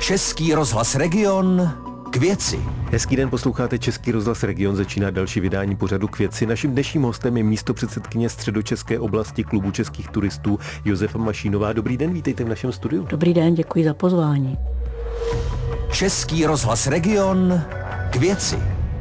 Český rozhlas Region k věci. Hezký den, posloucháte Český rozhlas Region, začíná další vydání pořadu K věci. Naším dnešním hostem je místopředsedkyně Středočeské oblasti Klubu českých turistů Josefa Mašínová. Dobrý den, vítejte v našem studiu. Dobrý den, děkuji za pozvání. Český rozhlas Region k věci.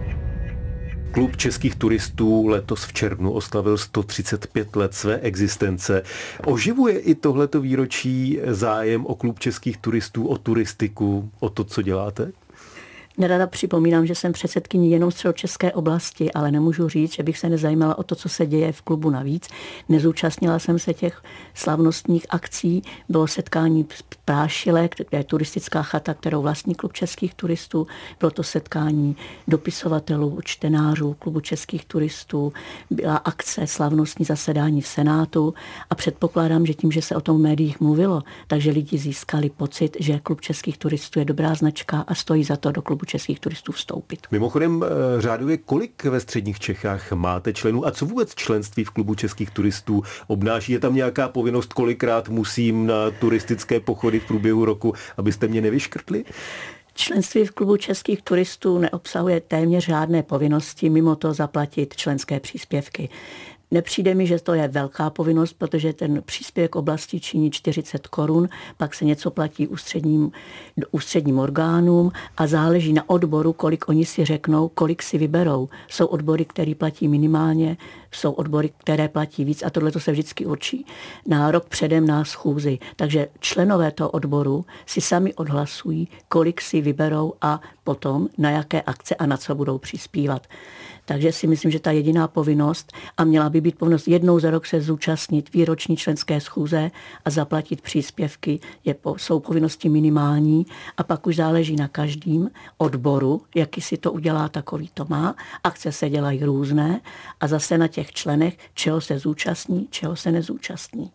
Klub českých turistů letos v červnu oslavil 135 let své existence. Oživuje i tohleto výročí zájem o Klub českých turistů, o turistiku, o to, co děláte? Nerada připomínám, že jsem předsedkyní jenom Středočeské oblasti, ale nemůžu říct, že bych se nezajímala o to, co se děje v klubu navíc. Nezúčastnila jsem se těch slavnostních akcí. Bylo setkání v Prášile, kde je turistická chata, kterou vlastní Klub českých turistů. Bylo to setkání dopisovatelů, čtenářů Klubu českých turistů. Byla akce, slavnostní zasedání v Senátu a předpokládám, že tím, že se o tom v médiích mluvilo, takže lidi získali pocit, že Klub českých turistů je dobrá značka a stojí za to do Klubu českých turistů vstoupit. Mimochodem, řádově kolik ve středních Čechách máte členů a co vůbec členství v Klubu českých turistů obnáší? Je tam nějaká povinnost, kolikrát musím na turistické pochody v průběhu roku, abyste mě nevyškrtli? Členství v Klubu českých turistů neobsahuje téměř žádné povinnosti, mimo to zaplatit členské příspěvky. Nepřijde mi, že to je velká povinnost, protože ten příspěvek oblasti činí 40 korun, pak se něco platí ústředním orgánům a záleží na odboru, kolik oni si řeknou, kolik si vyberou. Jsou odbory, které platí minimálně, jsou odbory, které platí víc a tohle to se vždycky určí na rok předem na schůzi. Takže členové toho odboru si sami odhlasují, kolik si vyberou a potom na jaké akce a na co budou přispívat. Takže si myslím, že ta jediná povinnost, a měla by být povinnost jednou za rok se zúčastnit výroční členské schůze a zaplatit příspěvky, jsou povinnosti minimální a pak už záleží na každém odboru, jaký si to udělá, takový to má. Akce se dělají různé a zase na těch členech, čeho se zúčastní, čeho se nezúčastní.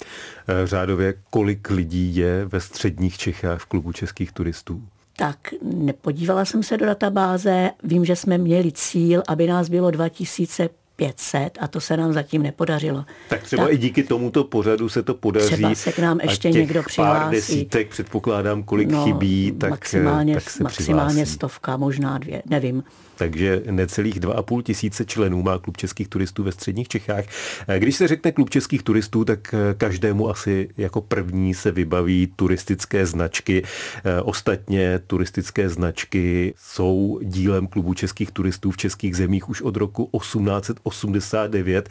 Řádově kolik lidí je ve středních Čechách v Klubu českých turistů? Tak nepodívala jsem se do databáze, vím, že jsme měli cíl, aby nás bylo 2500 a to se nám zatím nepodařilo. Tak třeba i díky tomuto pořadu se to podaří. Třeba se k nám ještě někdo přihlásí. Pár desítek, předpokládám, kolik chybí, tak maximálně 100, možná 2, nevím. Takže necelých 2,5 tisíce členů má Klub českých turistů ve středních Čechách. Když se řekne Klub českých turistů, tak každému asi jako první se vybaví turistické značky. Ostatně turistické značky jsou dílem Klubu českých turistů v českých zemích už od roku 1889.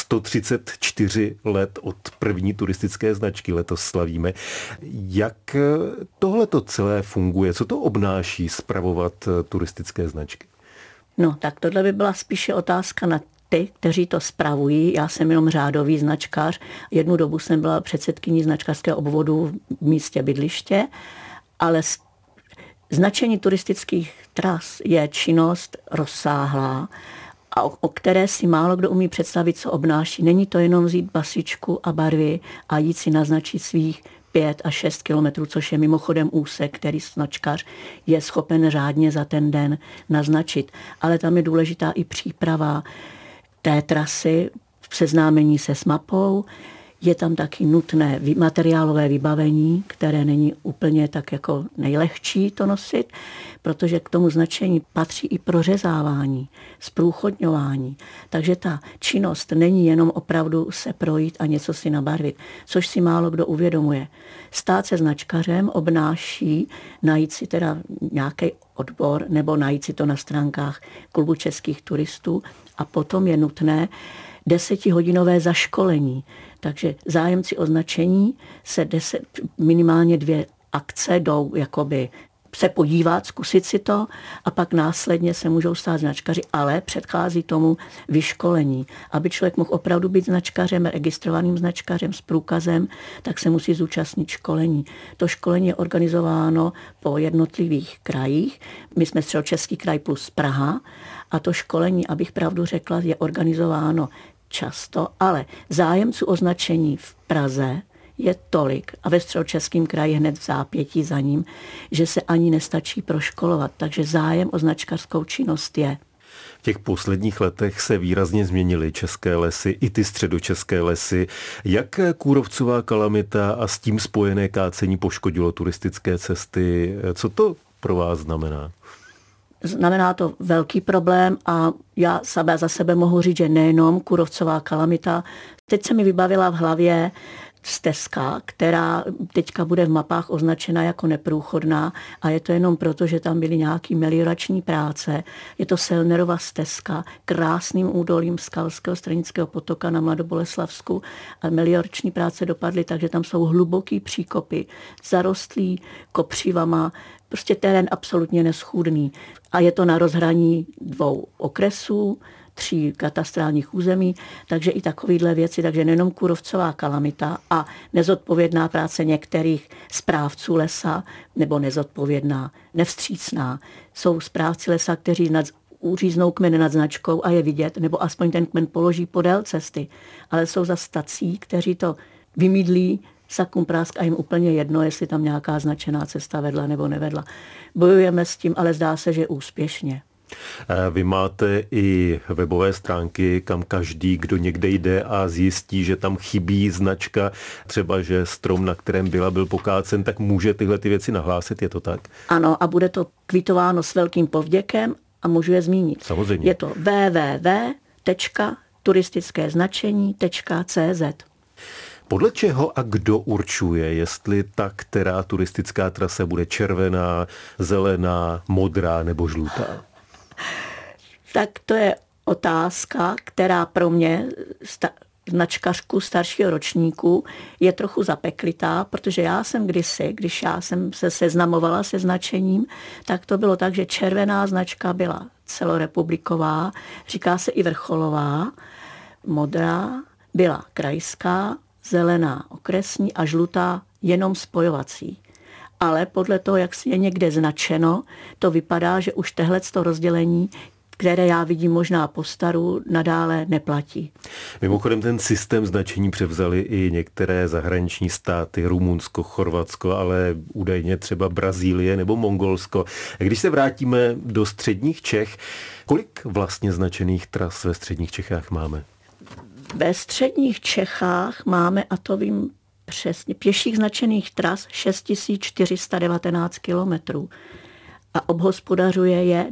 134 let od první turistické značky letos slavíme. Jak tohleto celé funguje? Co to obnáší spravovat turistické značky? No, tak tohle by byla spíše otázka na ty, kteří to spravují. Já jsem jenom řádový značkař. Jednu dobu jsem byla předsedkyní značkařského obvodu v místě bydliště, ale značení turistických tras je činnost rozsáhlá a o které si málo kdo umí představit, co obnáší. Není to jenom vzít basičku a barvy a jít si naznačit svých 5 až 6 kilometrů, což je mimochodem úsek, který značkař je schopen řádně za ten den naznačit. Ale tam je důležitá i příprava té trasy, seznámení se s mapou. Je tam taky nutné materiálové vybavení, které není úplně tak jako nejlehčí to nosit, protože k tomu značení patří i prořezávání, zprůchodňování. Takže ta činnost není jenom opravdu se projít a něco si nabarvit, což si málo kdo uvědomuje. Stát se značkařem obnáší najít si teda nějaký odbor nebo najít si to na stránkách Klubu českých turistů a potom je nutné 10hodinové zaškolení. Takže zájemci o značení se minimálně 2 akce jdou jakoby se podívat, zkusit si to a pak následně se můžou stát značkaři, ale předchází tomu vyškolení. Aby člověk mohl opravdu být značkařem, registrovaným značkařem s průkazem, tak se musí zúčastnit školení. To školení je organizováno po jednotlivých krajích. My jsme Středočeský kraj plus Praha a to školení, abych pravdu řekla, je organizováno často, ale zájemců o značení v Praze je tolik a ve Středočeském kraji hned v zápětí za ním, že se ani nestačí proškolovat. Takže zájem o značkařskou činnost je. V těch posledních letech se výrazně změnily české lesy, i ty středočeské lesy. Jak kůrovcová kalamita a s tím spojené kácení poškodilo turistické cesty? Co to pro vás znamená? Znamená to velký problém a já za sebe mohu říct, že nejenom kůrovcová kalamita. Teď se mi vybavila v hlavě stezka, která teďka bude v mapách označena jako neprůchodná a je to jenom proto, že tam byly nějaký meliorační práce. Je to Selnerova stezka, krásným údolím Skalského stranického potoka na Mladoboleslavsku a meliorační práce dopadly tak, že tam jsou hluboký příkopy, zarostlý kopřivama, prostě terén absolutně neschůdný. A je to na rozhraní 2 okresů, 3 katastrálních území, takže i takovýhle věci, takže nejenom kůrovcová kalamita a nezodpovědná práce některých správců lesa, nebo nezodpovědná, nevstřícná. Jsou správci lesa, kteří uříznou kmen nad značkou a je vidět, nebo aspoň ten kmen položí podél cesty. Ale jsou za stací, kteří to vymydlí, sakum prásk a jim úplně jedno, jestli tam nějaká značená cesta vedla nebo nevedla. Bojujeme s tím, ale zdá se, že úspěšně. Vy máte i webové stránky, kam každý, kdo někde jde a zjistí, že tam chybí značka, třeba že strom, na kterém byl pokácen, tak může tyhle ty věci nahlásit, je to tak? Ano, a bude to kvitováno s velkým povděkem a můžu je zmínit. Samozřejmě. Je to www.turistickéznačení.cz. Podle čeho a kdo určuje, jestli ta, která turistická trasa bude červená, zelená, modrá nebo žlutá? Tak to je otázka, která pro mě, značkařku staršího ročníku, je trochu zapeklitá, protože já jsem kdysi, když já jsem se seznamovala se značením, tak to bylo tak, že červená značka byla celorepubliková, říká se i vrcholová, modrá byla krajská, zelená okresní a žlutá jenom spojovací. Ale podle toho, jak si je někde značeno, to vypadá, že už tohleto rozdělení, které já vidím možná po staru, nadále neplatí. Mimochodem ten systém značení převzali i některé zahraniční státy, Rumunsko, Chorvatsko, ale údajně třeba Brazílie nebo Mongolsko. Když se vrátíme do středních Čech, kolik vlastně značených tras ve středních Čechách máme? Ve středních Čechách máme, a to vím přesně, pěších značených tras 6419 kilometrů a obhospodařuje je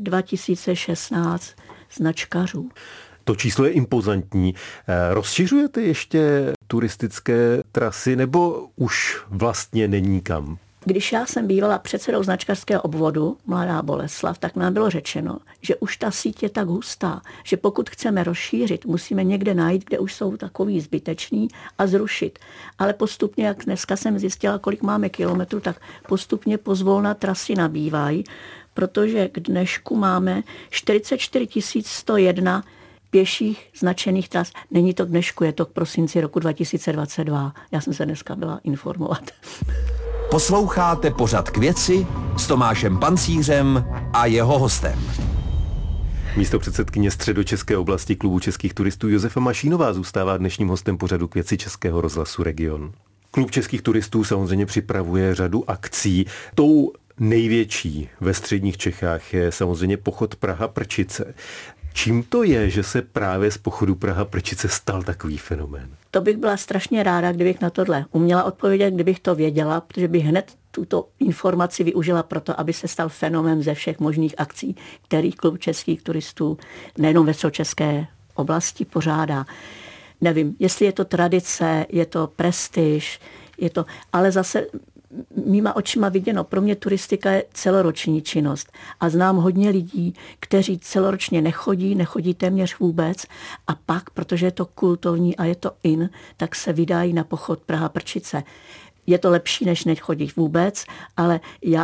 2016 značkařů. To číslo je impozantní. Rozšiřujete ještě turistické trasy nebo už vlastně není kam? Když já jsem bývala předsedou značkařského obvodu Mladá Boleslav, tak nám bylo řečeno, že už ta síť je tak hustá, že pokud chceme rozšířit, musíme někde najít, kde už jsou takový zbyteční a zrušit. Ale postupně, jak dneska jsem zjistila, kolik máme kilometrů, tak postupně pozvolna trasy nabývají, protože k dnešku máme 44 101 pěších značených tras. Není to k dnešku, je to k prosinci roku 2022. Já jsem se dneska byla informovat. Posloucháte pořad K věci s Tomášem Pancířem a jeho hostem. Místopředsedkyně Středočeské oblasti Klubu českých turistů Josefa Mašínová zůstává dnešním hostem pořadu K věci Českého rozhlasu Region. Klub českých turistů samozřejmě připravuje řadu akcí. Tou největší ve středních Čechách je samozřejmě pochod Praha-Prčice. Čím to je, že se právě z pochodu Praha-Prčice stal takový fenomén? To bych byla strašně ráda, kdybych na tohle uměla odpovědět, kdybych to věděla, protože bych hned tuto informaci využila proto, aby se stal fenomén ze všech možných akcí, kterých Klub českých turistů nejenom ve středočeské oblasti pořádá. Nevím, jestli je to tradice, je to prestiž, ale zase mýma očima viděno, pro mě turistika je celoroční činnost a znám hodně lidí, kteří celoročně nechodí téměř vůbec a pak, protože je to kultovní a je to in, tak se vydají na pochod Praha-Prčice. Je to lepší, než nechodit vůbec, ale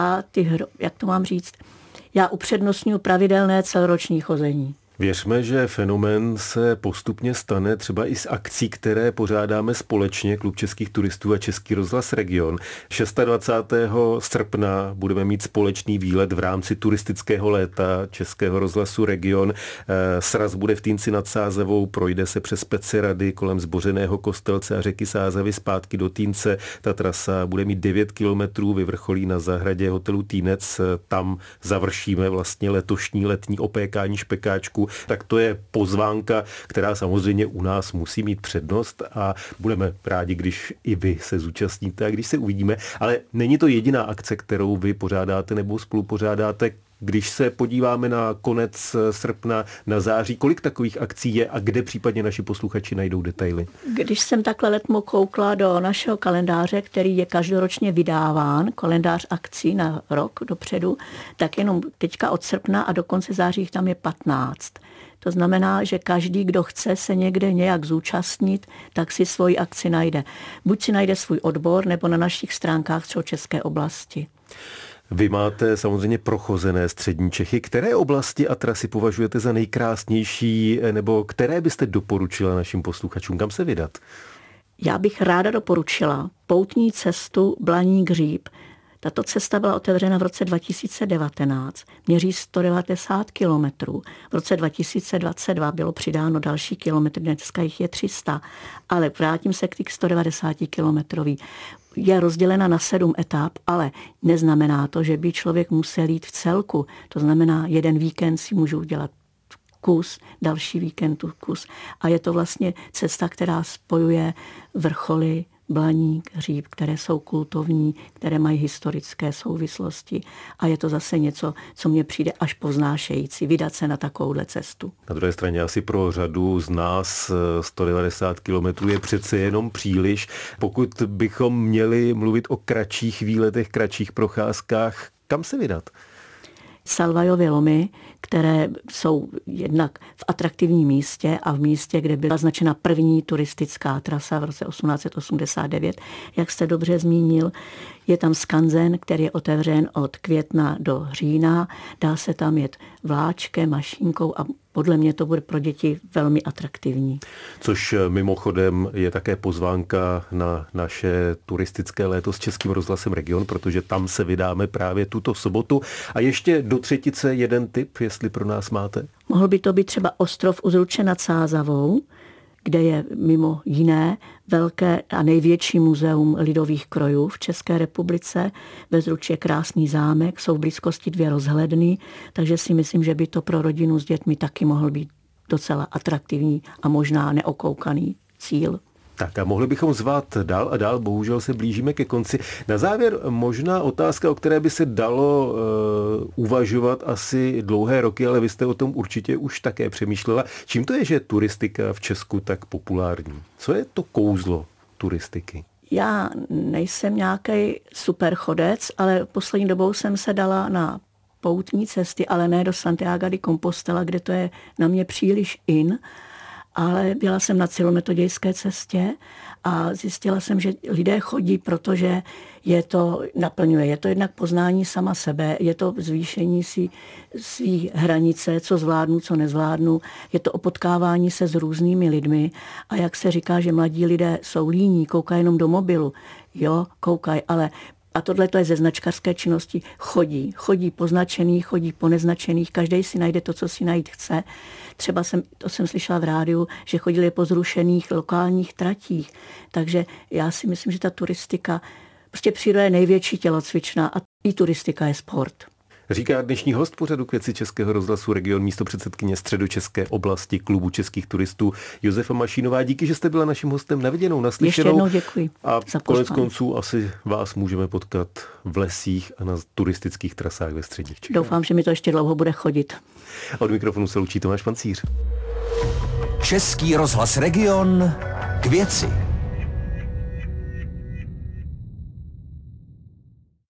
jak to mám říct, já upřednostňuji pravidelné celoroční chození. Věřme, že fenomén se postupně stane třeba i z akcí, které pořádáme společně, Klub českých turistů a Český rozhlas Region. 26. srpna budeme mít společný výlet v rámci turistického léta Českého rozhlasu Region. Sraz bude v Týnci nad Sázavou, projde se přes Pecerady kolem Zbořeného Kostelce a řeky Sázavy zpátky do Týnce. Ta trasa bude mít 9 kilometrů, vyvrcholí na zahradě hotelu Týnec. Tam završíme vlastně letošní letní opékání špekáčku tak to je pozvánka, která samozřejmě u nás musí mít přednost a budeme rádi, když i vy se zúčastníte a když se uvidíme. Ale není to jediná akce, kterou vy pořádáte nebo spolupořádáte. Když se podíváme na konec srpna, na září, kolik takových akcí je a kde případně naši posluchači najdou detaily? Když jsem takhle letmo koukla do našeho kalendáře, který je každoročně vydáván, kalendář akcí na rok dopředu, tak jenom teďka od srpna a do konce září tam je 15. To znamená, že každý, kdo chce se někde nějak zúčastnit, tak si svoji akci najde. Buď si najde svůj odbor, nebo na našich stránkách třeba České oblasti. Vy máte samozřejmě prochozené střední Čechy. Které oblasti a trasy považujete za nejkrásnější, nebo které byste doporučila našim posluchačům? Kam se vydat? Já bych ráda doporučila poutní cestu Blaník-Hříb. Tato cesta byla otevřena v roce 2019, měří 190 kilometrů. V roce 2022 bylo přidáno další kilometry, dneska jich je 300, ale vrátím se k těch 190 kilometrový. Je rozdělena na 7 etap, ale neznamená to, že by člověk musel jít v celku. To znamená, jeden víkend si můžu udělat kus, další víkend kus. A je to vlastně cesta, která spojuje vrcholy Blaník, Hříb, které jsou kultovní, které mají historické souvislosti. A je to zase něco, co mně přijde až povznášející, vydat se na takovouhle cestu. Na druhé straně asi pro řadu z nás 190 kilometrů je přece jenom příliš. Pokud bychom měli mluvit o kratších výletech, kratších procházkách, kam se vydat? Salvajovy lomy, které jsou jednak v atraktivním místě a v místě, kde byla značena první turistická trasa v roce 1889, jak jste dobře zmínil. Je tam skanzen, který je otevřen od května do října. Dá se tam jet vláčkem, mašínkou a podle mě to bude pro děti velmi atraktivní. Což mimochodem je také pozvánka na naše turistické léto s Českým rozhlasem Region, protože tam se vydáme právě tuto sobotu. A ještě do třetice jeden tip, jestli pro nás máte. Mohl by to být třeba ostrov Uzruče nad Sázavou, kde je mimo jiné velké a největší muzeum lidových krojů v České republice. Ve Zruči je krásný zámek, jsou v blízkosti 2 rozhledny, takže si myslím, že by to pro rodinu s dětmi taky mohl být docela atraktivní a možná neokoukaný cíl. Tak a mohli bychom zvát dál a dál, bohužel se blížíme ke konci. Na závěr možná otázka, o které by se dalo uvažovat asi dlouhé roky, ale vy jste o tom určitě už také přemýšlela. Čím to je, že turistika v Česku tak populární? Co je to kouzlo turistiky? Já nejsem nějaký super chodec, ale poslední dobou jsem se dala na poutní cesty, ale ne do Santiago de Compostela, kde to je na mě příliš in. Ale byla jsem na cyrometodějské cestě a zjistila jsem, že lidé chodí, protože je to naplňuje. Je to jednak poznání sama sebe, je to zvýšení si svý hranice, co zvládnu, co nezvládnu. Je to o potkávání se s různými lidmi a jak se říká, že mladí lidé jsou líní, koukají jenom do mobilu. Jo, koukají, ale a tohle to je ze značkarské činnosti. Chodí poznačených, chodí po neznačených, každý si najde to, co si najít chce. Třeba to jsem slyšela v rádiu, že chodili po zrušených lokálních tratích. Takže já si myslím, že ta turistika, prostě příroda je největší tělocvična a i turistika je sport. Říká dnešní host pořadu K věci Českého rozhlasu Region, místopředsedkyně Středočeské oblasti Klubu českých turistů Josefa Mašínová. Díky, že jste byla naším hostem. Na viděnou, naslyšenou. Ještě jednou děkuji. A konec konců asi vás můžeme potkat v lesích a na turistických trasách ve středních Čechách. Doufám, že mi to ještě dlouho bude chodit. Od mikrofonu se loučí Tomáš Pancíř. Český rozhlas Region k věci.